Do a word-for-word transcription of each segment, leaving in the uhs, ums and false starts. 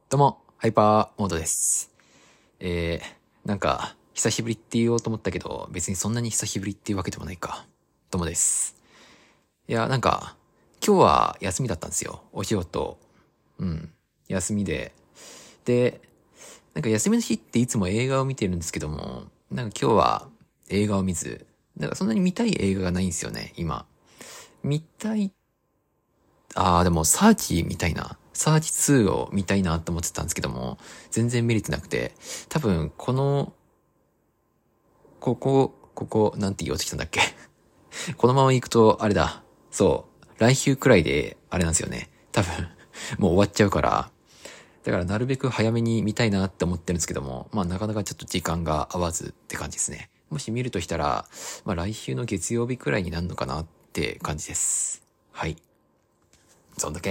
どうも、ハイパーモードです。えー、なんか、久しぶりって言おうと思ったけど、別にそんなに久しぶりっていうわけでもないか。どうもです。いや、なんか、今日は休みだったんですよ。お仕事。うん。休みで。で、なんか休みの日っていつも映画を見てるんですけども、なんか今日は映画を見ず、なんかそんなに見たい映画がないんですよね、今。見たい、あーでもサーチみたいな。サーチツーを見たいなと思ってたんですけども、全然見れてなくて、多分この、ここ、ここ、なんて言おうときたんだっけこのまま行くと、あれだ。そう。来週くらいで、あれなんですよね。多分、もう終わっちゃうから。だからなるべく早めに見たいなって思ってるんですけども、まあなかなかちょっと時間が合わずって感じですね。もし見るとしたら、まあ来週の月曜日くらいになるのかなって感じです。はい。そんだけ。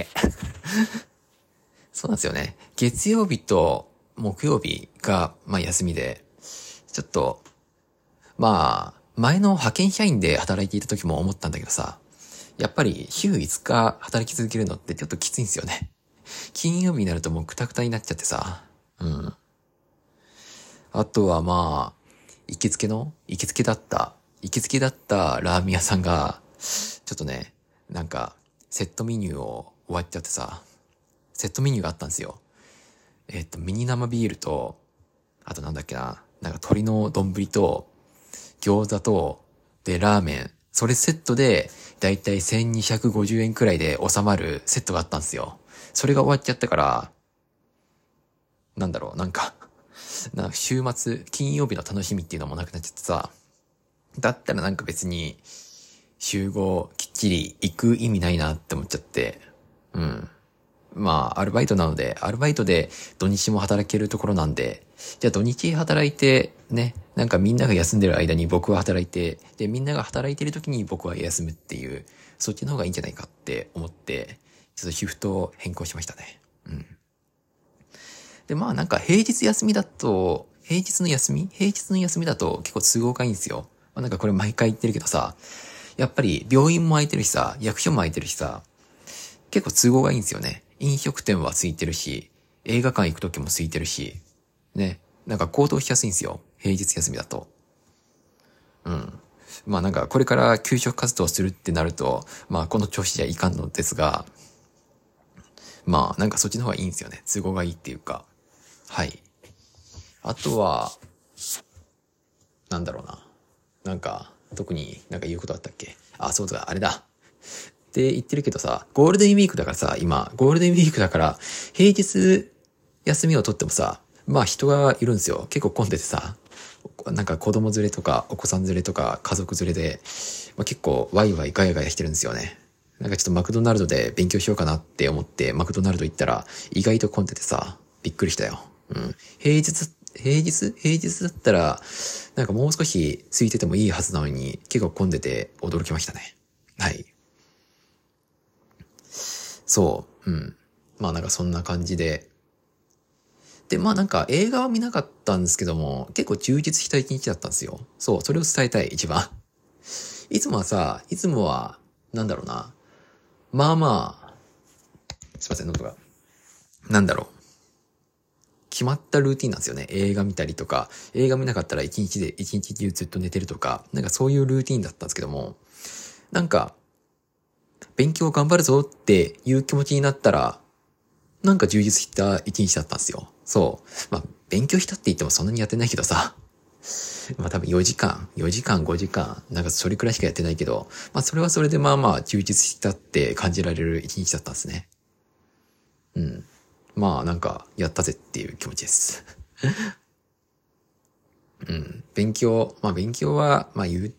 そうなんですよね。月曜日と木曜日が、まあ休みで、ちょっと、まあ、前の派遣社員で働いていた時も思ったんだけどさ、やっぱり週いつか働き続けるのってちょっときついんですよね。金曜日になるともうクタクタになっちゃってさ、うん。あとはまあ、行きつけの行きつけだった、行きつけだったラーメン屋さんが、ちょっとね、なんか、セットメニューを終わっちゃってさ、セットメニューがあったんですよ。えっと、ミニ生ビールと、あとなんだっけな、なんか鶏の丼と、餃子と、で、ラーメン。それセットで、だいたいせんにひゃくごじゅうえんくらいで収まるセットがあったんですよ。それが終わっちゃったから、なんだろう、なんか、な週末、金曜日の楽しみっていうのもなくなっちゃってさ、だったらなんか別に、集合きっちり行く意味ないなって思っちゃって、うん。まあ、アルバイトなので、アルバイトで土日も働けるところなんで、じゃあ土日働いて、ね、なんかみんなが休んでる間に僕は働いて、で、みんなが働いてる時に僕は休むっていう、そっちの方がいいんじゃないかって思って、ちょっとシフトを変更しましたね。うん。で、まあなんか平日休みだと、平日の休み平日の休みだと結構都合がいいんですよ。まあなんかこれ毎回言ってるけどさ、やっぱり病院も空いてるしさ、役所も空いてるしさ、結構都合がいいんですよね。飲食店は空いてるし、映画館行く時も空いてるし、ね。なんか行動しやすいんですよ。平日休みだと。うん。まあなんかこれから給食活動するってなると、まあこの調子じゃいかんのですが、まあなんかそっちの方がいいんですよね。都合がいいっていうか。はい。あとは、なんだろうな。なんか、特になんか言うことあったっけ？あ、そうだ、あれだ。って言ってるけどさ、ゴールデンウィークだからさ、今、ゴールデンウィークだから、平日休みを取ってもさ、まあ人がいるんですよ。結構混んでてさ、なんか子供連れとかお子さん連れとか家族連れで、まあ、結構ワイワイガヤガヤしてるんですよね。なんかちょっとマクドナルドで勉強しようかなって思ってマクドナルド行ったら意外と混んでてさ、びっくりしたよ。うん。平日、平日平日だったら、なんかもう少し空いててもいいはずなのに結構混んでて驚きましたね。はい。そう。うん。まあなんかそんな感じで。で、まあなんか映画は見なかったんですけども、結構充実した一日だったんですよ。そう、それを伝えたい、一番。いつもはさ、いつもは、なんだろうな。まあまあ、すいません、喉が。なんだろう。決まったルーティンなんですよね。映画見たりとか、映画見なかったら一日で、一日中ずっと寝てるとか、なんかそういうルーティンだったんですけども、なんか、勉強頑張るぞっていう気持ちになったら、なんか充実した一日だったんですよ。そう。まあ、勉強したって言ってもそんなにやってないけどさ。まあ多分よじかん、よじかん、ごじかん、なんかそれくらいしかやってないけど、まあそれはそれでまあまあ充実したって感じられる一日だったんですね。うん。まあなんか、やったぜっていう気持ちです。うん。勉強、まあ勉強は、まあ言って、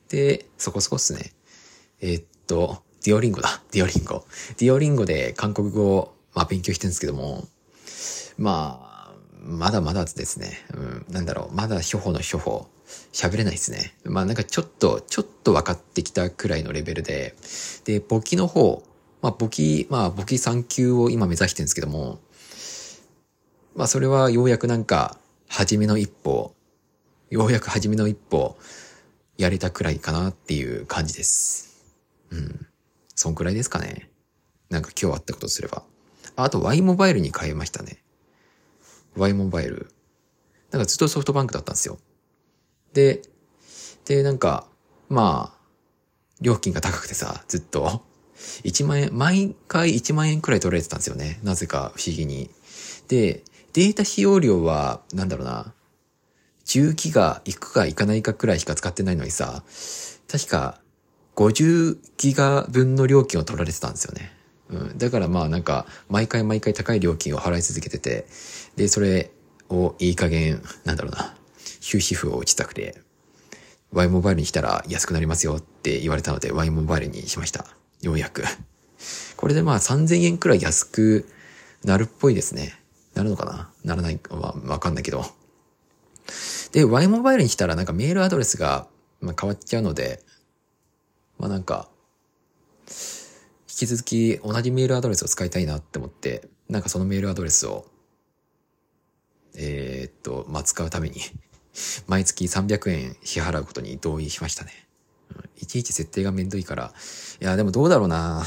そこそこっすね。えーっと、ディオリンゴだ。ディオリンゴ。ディオリンゴで韓国語を、まあ勉強してるんですけども、まあ、まだまだですね。うん、なんだろう。まだ初歩の初歩。喋れないですね。まあなんかちょっと、ちょっと分かってきたくらいのレベルで。で、簿記の方。まあ簿記、まあ簿記さん級を今目指してるんですけども、まあそれはようやくなんか、初めの一歩、ようやく初めの一歩、やれたくらいかなっていう感じです。うん。そんくらいですかね。なんか今日あったことすれば。ああと Y モバイルに変えましたね。 Y モバイル。なんかずっとソフトバンクだったんですよ。で、で、なんか、まあ、料金が高くてさ、ずっと。いちまん円、毎回いちまん円くらい取られてたんですよね。なぜか不思議に。で、データ使用量は、なんだろうな、じゅうギガいくかいかないかくらいしか使ってないのにさ、確かごじゅうギガ分の料金を取られてたんですよね。うん。だからまあなんか、毎回毎回高い料金を払い続けてて、で、それをいい加減、なんだろうな、終止符を打ちたくて、Y モバイルにしたら安くなりますよって言われたので Y モバイルにしました。ようやく。これでまあさんぜんえんくらい安くなるっぽいですね。なるのかなならないかはわかんないけど。で、Y モバイルにしたらなんかメールアドレスがまあ変わっちゃうので、まあなんか、引き続き同じメールアドレスを使いたいなって思って、なんかそのメールアドレスを、えー、っと、まあ使うために、毎月さんびゃくえん支払うことに同意しましたね。いちいち設定がめんどいから。いや、でもどうだろうな。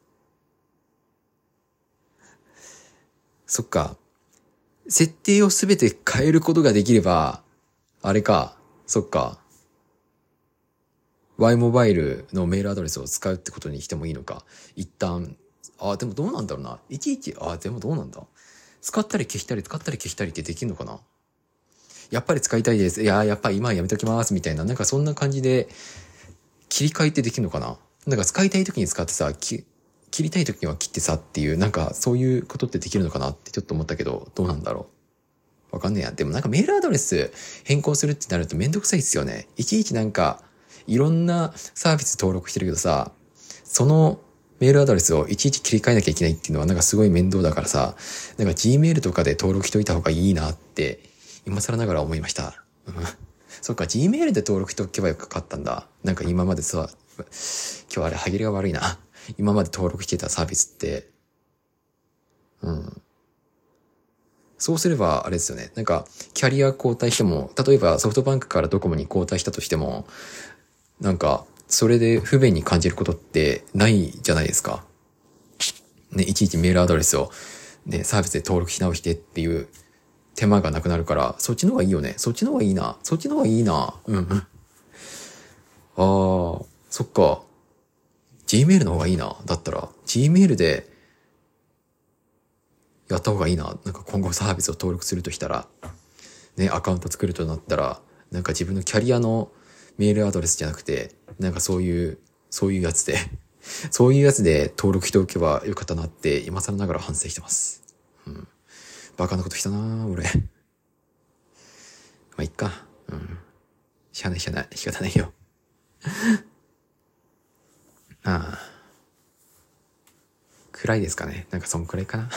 そっか。設定をすべて変えることができれば、あれか。そっか。Y モバイルのメールアドレスを使うってことにしてもいいのか。一旦。あ、でもどうなんだろうな。いちいち、あ、でもどうなんだ。使ったり消したり使ったり消したりってできるのかな。やっぱり使いたいです。いや、やっぱり今はやめときますみたいな。なんかそんな感じで切り替えてできるのかな。なんか使いたい時に使ってさ、き切りたい時には切ってさっていう、なんかそういうことってできるのかなってちょっと思ったけど、どうなんだろう。わかんねえや。でもなんかメールアドレス変更するってなるとめんどくさいっすよね。いちいちなんか、いろんなサービス登録してるけどさ、そのメールアドレスをいちいち切り替えなきゃいけないっていうのはなんかすごい面倒だからさ、なんか Gmail とかで登録しといた方がいいなって、今更ながら思いました。うん、そっか、Gmail で登録しておけばよかったんだ。なんか今までさ、今日あれ歯切れが悪いな。今まで登録してたサービスって、うん。そうすれば、あれですよね。なんか、キャリア交代しても、例えばソフトバンクからドコモに交代したとしても、なんか、それで不便に感じることってないじゃないですか。ね、いちいちメールアドレスを、ね、サービスで登録し直してっていう手間がなくなるから、そっちの方がいいよね。そっちの方がいいな。そっちの方がいいな。うんうん。ああ、そっか。Gmail の方がいいな。だったら、Gmail でやった方がいいな。なんか今後サービスを登録するとしたら、ね、アカウント作るとなったら、なんか自分のキャリアのメールアドレスじゃなくて、なんかそういう、そういうやつで、そういうやつで登録しておけばよかったなって、今更ながら反省してます。うん。バカなことしたな俺。まあ、いっか。うん。しゃあないしゃあない。仕方ないよ。ああ。暗いですかね。なんかそんくらいかな。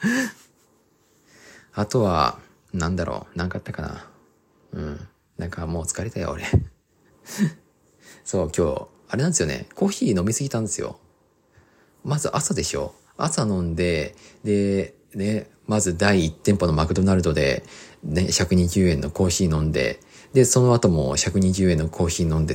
あとは、なんだろう。なんかあったかな。うん。なんかもう疲れたよ、俺。そう、今日、あれなんですよね。コーヒー飲みすぎたんですよ。まず朝でしょ。朝飲んで、で、ね、まず第一店舗のマクドナルドで、ね、ひゃくにじゅうえんのコーヒー飲んで、で、その後もひゃくにじゅうえんのコーヒー飲んでって、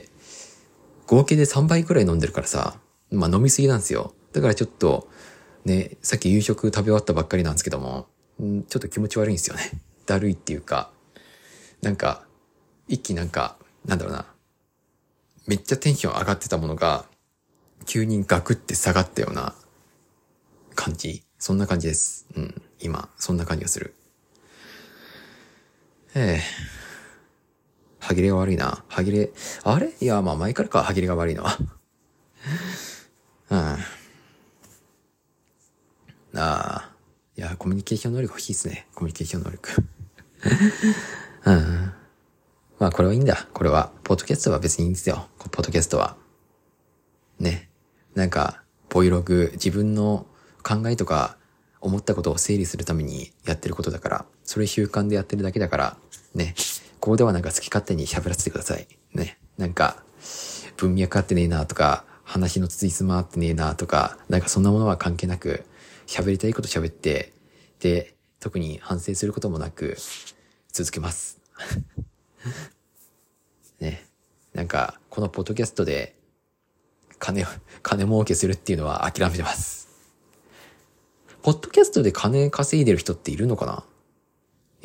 合計でさんばいくらい飲んでるからさ、まあ飲みすぎなんですよ。だからちょっと、ね、さっき夕食食べ終わったばっかりなんですけども、んちょっと気持ち悪いんですよね。だるいっていうか、なんか、一気なんか、なんだろうな、めっちゃテンション上がってたものが、急にガクって下がったような感じ。そんな感じです。うん。今、そんな感じがする。ええ。歯切れが悪いな。歯切れ、あれいや、まあ前からか、歯切れが悪いのは。うん。ああ。いや、コミュニケーション能力欲しいですね。コミュニケーション能力。うん。まあこれはいいんだ。これは。ポッドキャストは別にいいんですよ。ポッドキャストは。ね。なんか、ボイログ、自分の考えとか、思ったことを整理するためにやってることだから、それ習慣でやってるだけだから、ね。ここではなんか好き勝手に喋らせてください。ね。なんか、文脈合ってねえなとか、話のついつま合ってねえなとか、なんかそんなものは関係なく、喋りたいこと喋って、で、特に反省することもなく、続けます。ね。なんか、このポッドキャストで、金を、金儲けするっていうのは諦めてます。ポッドキャストで金稼いでる人っているのかな？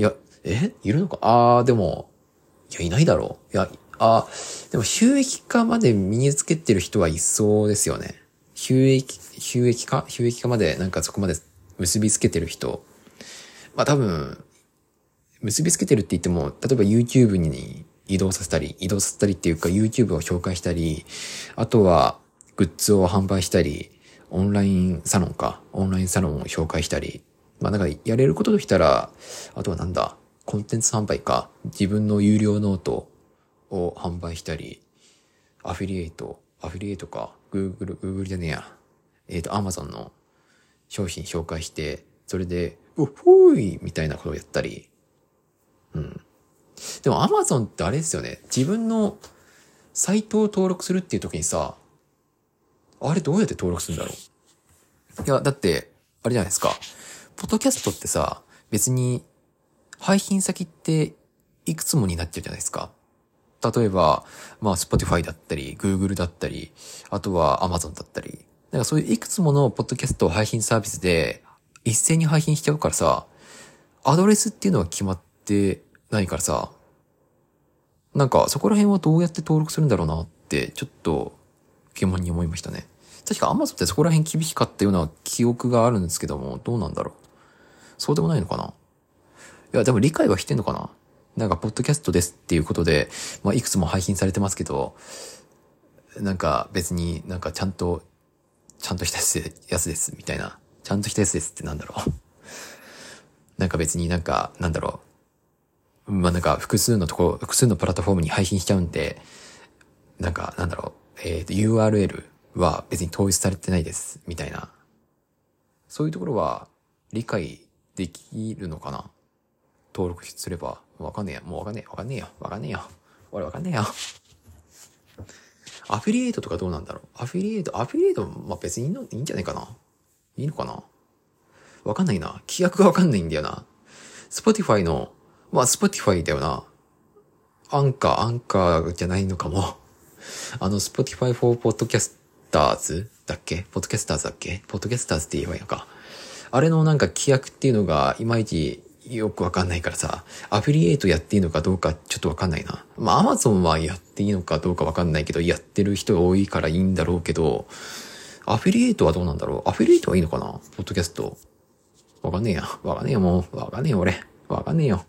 いや、えいるのかあー、でも、いや、いないだろう。いや、あー、でも収益化まで身につけてる人はいそうですよね。収益、収益化収益化までなんかそこまで結びつけてる人。まあ多分、結びつけてるって言っても、例えば YouTube に移動させたり、移動させたりっていうか YouTube を紹介したり、あとはグッズを販売したり、オンラインサロンか、オンラインサロンを紹介したり、まあなんかやれることとしたら、あとはなんだ、コンテンツ販売か、自分の有料ノートを販売したり、アフィリエイト、アフィリエイトか、Google、Google じゃねえや、えっと Amazon の商品紹介して、それで、うほーいみたいなことをやったり、うん。でも Amazon ってあれですよね。自分のサイトを登録するっていう時にさ、あれどうやって登録するんだろう。いや、だって、あれじゃないですか。ポッドキャストってさ、別に配信先っていくつもになっちゃうじゃないですか。例えば、まあ Spotify だったり、Google だったり、あとは Amazon だったり。なんかそういういくつものポッドキャスト配信サービスで一斉に配信しちゃうからさ、アドレスっていうのは決まってないからさ、なんかそこら辺はどうやって登録するんだろうなってちょっと疑問に思いましたね。確か Amazon ってそこら辺厳しかったような記憶があるんですけども、どうなんだろう。そうでもないのかな。いや、でも理解はしてんのかな。なんかポッドキャストですっていうことで、まあいくつも配信されてますけど、なんか別になんかちゃんと、ちゃんとしたやつですみたいな。ちゃんとしたやつですってなんだろう。なんか別になんか、なんだろう。まあなんか複数のところ、複数のプラットフォームに配信しちゃうんで、なんかなんだろう。えっと ユーアールエル は別に統一されてないですみたいな。そういうところは理解できるのかな。登録すれば。わかんねえや。もうわかんねえ。わかんねえよ。わかんねえよ。俺わかんねえよ。アフィリエイトとかどうなんだろう。アフィリエイト、アフィリエイト、まあ別にいいの、いいんじゃないかな。いいのかな。わかんないな。規約がわかんないんだよな。Spotify の、まあ Spotify だよな。アンカー、アンカーじゃないのかも。あの Spotify for Podcasters だっけ？ Podcasters だっけ？ Podcasters って言えばいいのか。あれのなんか規約っていうのがいまいちよくわかんないからさ、アフィリエイトやっていいのかどうかちょっとわかんないな。まあ Amazon はやっていいのかどうかわかんないけど、やってる人が多いからいいんだろうけど、アフィリエイトはどうなんだろう。アフィリエイトはいいのかな？ポッドキャスト。わかんねえや。わかんねえよもう。わかんねえよ俺。わかんねえよ。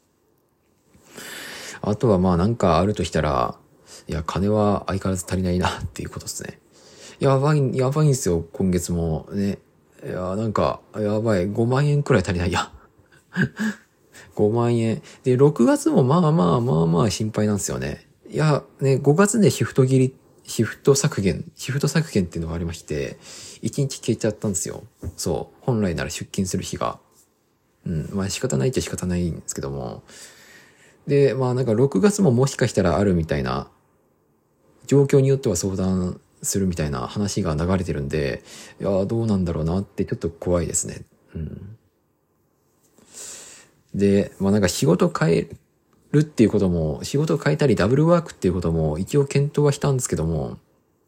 あとはまあなんかあるとしたら、いや金は相変わらず足りないなっていうことですね。やばい、やばいんですよ、今月も。ね。いや、なんか、やばい。ごまん円くらい足りないや。ごまん円。で、ろくがつもまあまあまあまあ心配なんですよね。いや、ね、ごがつでシフト切り、シフト削減、シフト削減っていうのがありまして、いちにち消えちゃったんですよ。そう。本来なら出勤する日が。うん。まあ仕方ないっちゃ仕方ないんですけども。で、まあなんかろくがつももしかしたらあるみたいな、状況によっては相談するみたいな話が流れてるんで、いや、どうなんだろうなってちょっと怖いですね。うん。で、まあなんか仕事変えるっていうことも、仕事を変えたりダブルワークっていうことも一応検討はしたんですけども、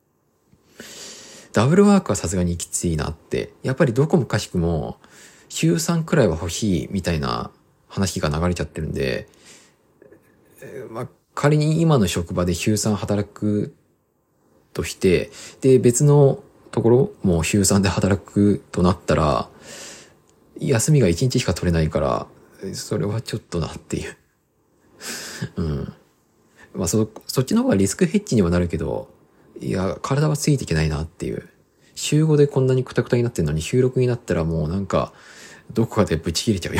ダブルワークはさすがにきついなって、やっぱりどこもかしくも週さんくらいは欲しいみたいな話が流れちゃってるんで、まあ仮に今の職場で週さん働くとして、で別のところも週さんで働くとなったら、休みがいちにちしか取れないから、それはちょっとなっていう。うん。まあそ、そっちの方がリスクヘッジにはなるけど、いや、体はついていけないなっていう。週ごでこんなにクタクタになってんのに週ろくになったらもうなんか、どこかでブチ切れちゃうよ。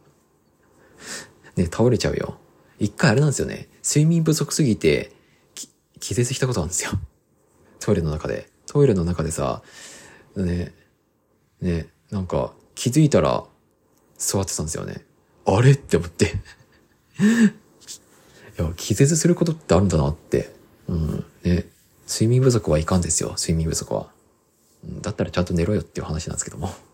ね、倒れちゃうよ。一回あれなんですよね。睡眠不足すぎて、気絶したことなんですよ。トイレの中で。トイレの中でさ、ね、ね、なんか気づいたら座ってたんですよね。あれって思って。いや、気絶することってあるんだなって。うん。ね。睡眠不足はいかんですよ、睡眠不足は。だったらちゃんと寝ろよっていう話なんですけども。は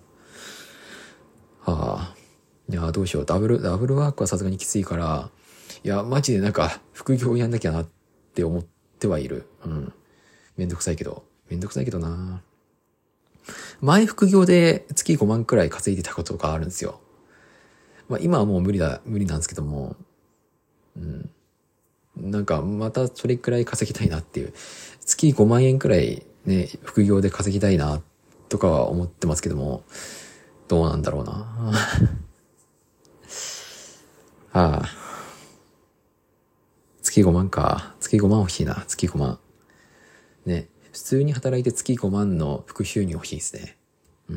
あ。いや、どうしよう。ダブル、ダブルワークはさすがにきついから、いや、マジでなんか、副業やんなきゃなって思ってはいる。うん。めんどくさいけど。めんどくさいけどな。前副業で月ごまんくらい稼いでたことがあるんですよ。 まあ今はもう無理だ、無理なんですけども、うん。なんかまたそれくらい稼ぎたいなっていう。月ごまん円くらいね、副業で稼ぎたいな、とかは思ってますけども、どうなんだろうな。ああ。月ごまんか。月ごまん欲しいな。月ごまん。ね。普通に働いて月ごまんの副収入欲しいですね。うん。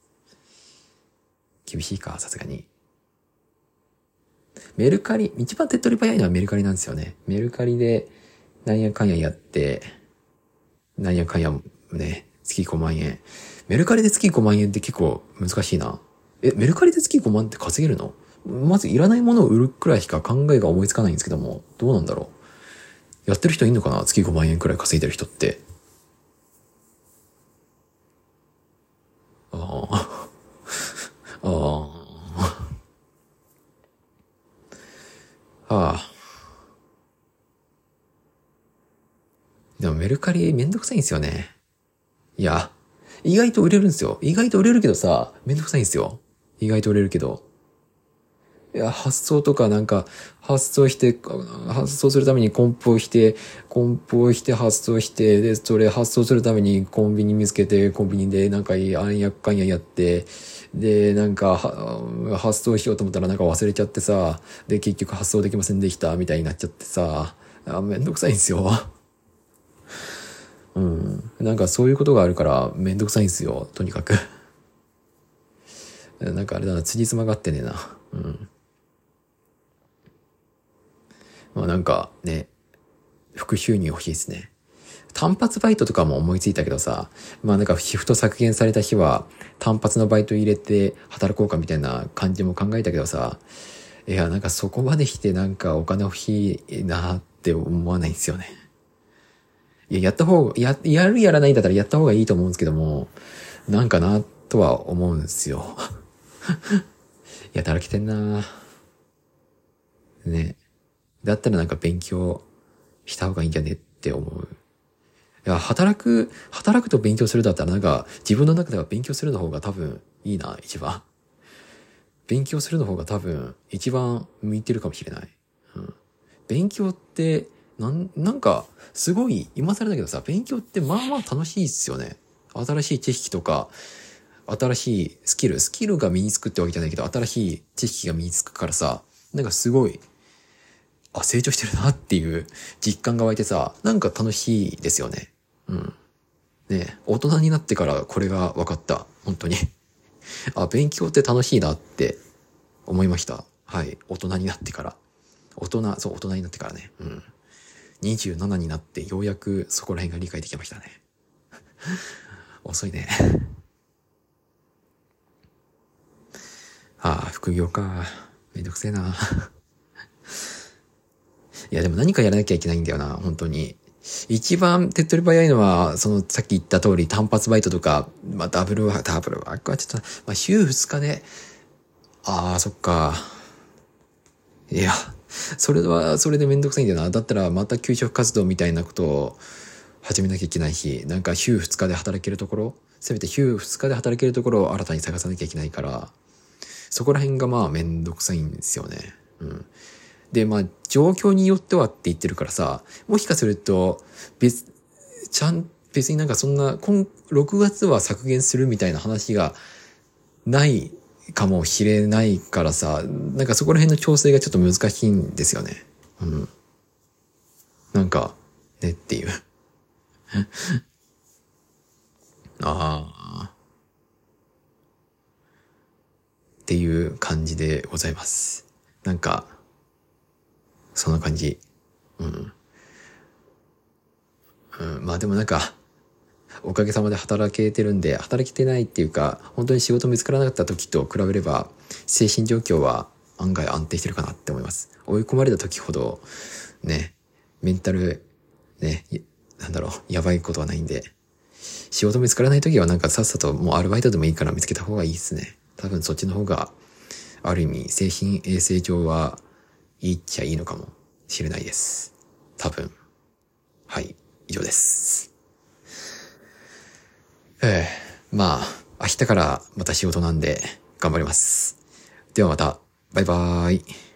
厳しいか、さすがに。メルカリ、一番手っ取り早いのはメルカリなんですよね。メルカリで、なんやかんややって、なんやかんやね、月ごまん円。メルカリで月ごまん円って結構難しいな。え、メルカリで月ごまんって稼げるの？まずいらないものを売るくらいしか考えが思いつかないんですけども、どうなんだろう。やってる人いんのかな？月ごまん円くらい稼いでる人って。ああ。ああ。ああ。でもメルカリめんどくさいんですよね。いや、意外と売れるんですよ。意外と売れるけどさ、めんどくさいんですよ。意外と売れるけど。いや、発送とかなんか、発送して、発送するために梱包して、梱包して発送して、で、それ発送するためにコンビニ見つけて、コンビニでなんかあんやっかんややって、で、なんか、発送しようと思ったらなんか忘れちゃってさ、で、結局発送できませんでした、みたいになっちゃってさ、あめんどくさいんですよ。うん。なんかそういうことがあるからめんどくさいんですよ、とにかく。なんかあれだな、辻褄が合ってねえな。うん。まあなんかね、副収入欲しいですね。単発バイトとかも思いついたけどさ、まあなんかシフト削減された日は単発のバイト入れて働こうかみたいな感じも考えたけどさ、いやなんかそこまでしてなんかお金欲しいなって思わないんですよね。いや、やった方が、や、やるやらないんだったらやった方がいいと思うんですけども、なんかなとは思うんですよ。いや、だらけてんなね。だったらなんか勉強した方がいいんじゃねって思う。いや、働く、働くと勉強するだったらなんか自分の中では勉強するの方が多分いいな、一番。勉強するの方が多分一番向いてるかもしれない。うん、勉強って、なん、なんか、すごい、今更だけどさ、勉強ってまあまあ楽しいっすよね。新しい知識とか、新しいスキル、スキルが身につくってわけじゃないけど、新しい知識が身につくからさ、なんかすごい、あ、成長してるなっていう実感が湧いてさ、なんか楽しいですよね。うん。ね、大人になってからこれが分かった。本当に。あ、勉強って楽しいなって思いました。はい。大人になってから。大人、そう、大人になってからね。うん。にじゅうななになってようやくそこら辺が理解できましたね。遅いね。ああ、副業か。めんどくせえな。いや、でも何かやらなきゃいけないんだよな、本当に。一番手っ取り早いのは、そのさっき言った通り単発バイトとか、まあダブルワーク、ダブルワークはちょっと、まあ週二日で、ああ、そっか。いや、それは、それでめんどくさいんだよな。だったらまた給食活動みたいなことを始めなきゃいけないし、なんか週二日で働けるところ、せめて週二日で働けるところを新たに探さなきゃいけないから、そこら辺がまあめんどくさいんですよね。うん。で、まあ、状況によってはって言ってるからさ、もしかすると、別、ちゃん、別になんかそんな、今、ろくがつは削減するみたいな話がないかもしれないからさ、なんかそこら辺の調整がちょっと難しいんですよね。うん。なんか、ねっていう。ああ。っていう感じでございます。なんか、そんな感じ。うん。うん、まあでもなんか、おかげさまで働けてるんで、働けてないっていうか、本当に仕事見つからなかった時と比べれば、精神状況は案外安定してるかなって思います。追い込まれた時ほど、ね、メンタル、ね、なんだろう、やばいことはないんで、仕事見つからない時はなんかさっさともうアルバイトでもいいから見つけた方がいいですね。多分そっちの方が、ある意味、精神衛生上はいいっちゃいいのかもしれないです。多分。はい、以上です。ええ、まあ、明日からまた仕事なんで頑張ります。ではまた。 バイバーイ。